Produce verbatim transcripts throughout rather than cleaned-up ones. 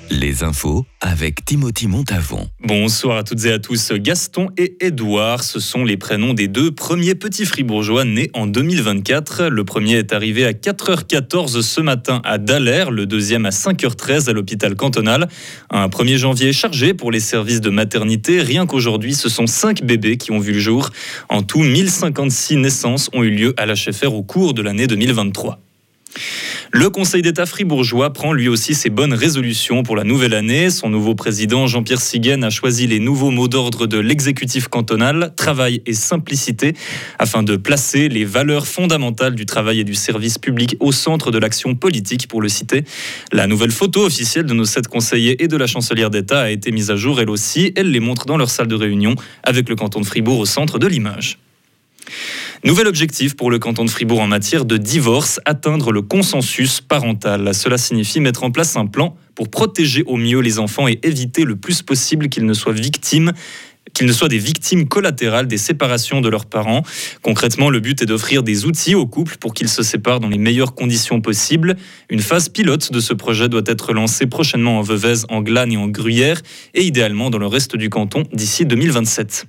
Les infos avec Timothy Montavon. Bonsoir à toutes et à tous. Gaston et Édouard, ce sont les prénoms des deux premiers petits fribourgeois nés en deux mille vingt-quatre. Le premier est arrivé à quatre heures quatorze ce matin à Dallaire, le deuxième à cinq heures treize à l'hôpital cantonal. Un premier janvier chargé pour les services de maternité. Rien qu'aujourd'hui, ce sont cinq bébés qui ont vu le jour. En tout, mille cinquante-six naissances ont eu lieu à l'H F R au cours de l'année deux mille vingt-trois. Le Conseil d'État fribourgeois prend lui aussi ses bonnes résolutions pour la nouvelle année. Son nouveau président, Jean-Pierre Siguen, a choisi les nouveaux mots d'ordre de l'exécutif cantonal, travail et simplicité, afin de placer les valeurs fondamentales du travail et du service public au centre de l'action politique, pour le citer. La nouvelle photo officielle de nos sept conseillers et de la chancelière d'État a été mise à jour elle aussi. Elle les montre dans leur salle de réunion, avec le canton de Fribourg au centre de l'image. Nouvel objectif pour le canton de Fribourg en matière de divorce, atteindre le consensus parental. Cela signifie mettre en place un plan pour protéger au mieux les enfants et éviter le plus possible qu'ils ne soient victimes qu'ils ne soient des victimes collatérales des séparations de leurs parents. Concrètement, le but est d'offrir des outils aux couples pour qu'ils se séparent dans les meilleures conditions possibles. Une phase pilote de ce projet doit être lancée prochainement en Veuvez, en Glane et en Gruyère, et idéalement dans le reste du canton d'ici deux mille vingt-sept.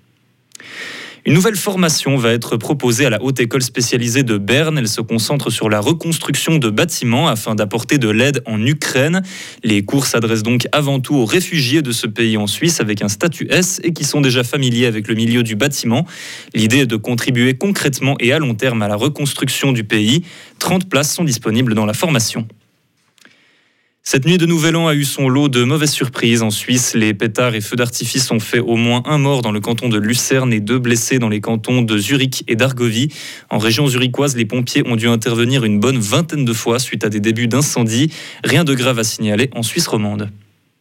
Une nouvelle formation va être proposée à la Haute École spécialisée de Berne. Elle se concentre sur la reconstruction de bâtiments afin d'apporter de l'aide en Ukraine. Les cours s'adressent donc avant tout aux réfugiés de ce pays en Suisse avec un statut S et qui sont déjà familiers avec le milieu du bâtiment. L'idée est de contribuer concrètement et à long terme à la reconstruction du pays. trente places sont disponibles dans la formation. Cette nuit de Nouvel An a eu son lot de mauvaises surprises. En Suisse, les pétards et feux d'artifice ont fait au moins un mort dans le canton de Lucerne et deux blessés dans les cantons de Zurich et d'Argovie. En région zurichoise, les pompiers ont dû intervenir une bonne vingtaine de fois suite à des débuts d'incendie. Rien de grave à signaler en Suisse romande.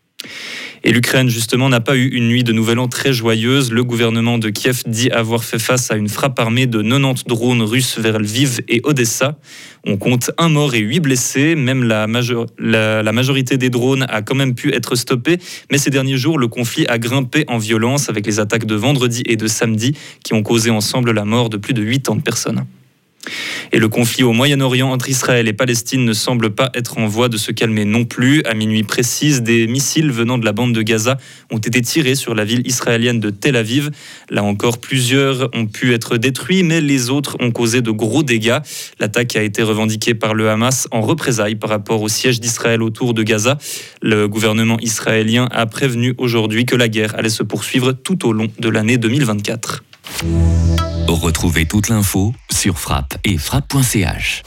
Et l'Ukraine, justement, n'a pas eu une nuit de Nouvel An très joyeuse. Le gouvernement de Kiev dit avoir fait face à une frappe armée de quatre-vingt-dix drones russes vers Lviv et Odessa. On compte un mort et huit blessés. Même la, major- la, la majorité des drones a quand même pu être stoppée. Mais ces derniers jours, le conflit a grimpé en violence avec les attaques de vendredi et de samedi qui ont causé ensemble la mort de plus de quatre-vingts personnes. Et le conflit au Moyen-Orient entre Israël et Palestine ne semble pas être en voie de se calmer non plus. À minuit précise, des missiles venant de la bande de Gaza ont été tirés sur la ville israélienne de Tel Aviv. Là encore, plusieurs ont pu être détruits, mais les autres ont causé de gros dégâts. L'attaque a été revendiquée par le Hamas en représailles par rapport au siège d'Israël autour de Gaza. Le gouvernement israélien a prévenu aujourd'hui que la guerre allait se poursuivre tout au long de l'année deux mille vingt-quatre. Retrouvez toute l'info sur frappe et frappe point c h.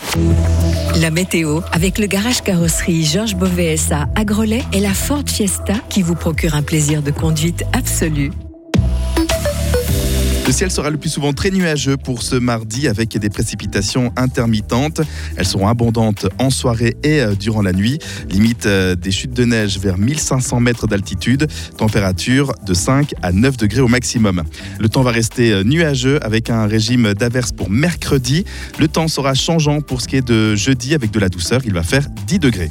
La météo avec le garage carrosserie Georges Beauvais S A à Grelais et la Ford Fiesta qui vous procure un plaisir de conduite absolu. Le ciel sera le plus souvent très nuageux pour ce mardi avec des précipitations intermittentes. Elles seront abondantes en soirée et durant la nuit. Limite des chutes de neige vers mille cinq cents mètres d'altitude. Température de cinq à neuf degrés au maximum. Le temps va rester nuageux avec un régime d'averses pour mercredi. Le temps sera changeant pour ce qui est de jeudi avec de la douceur. Il va faire dix degrés.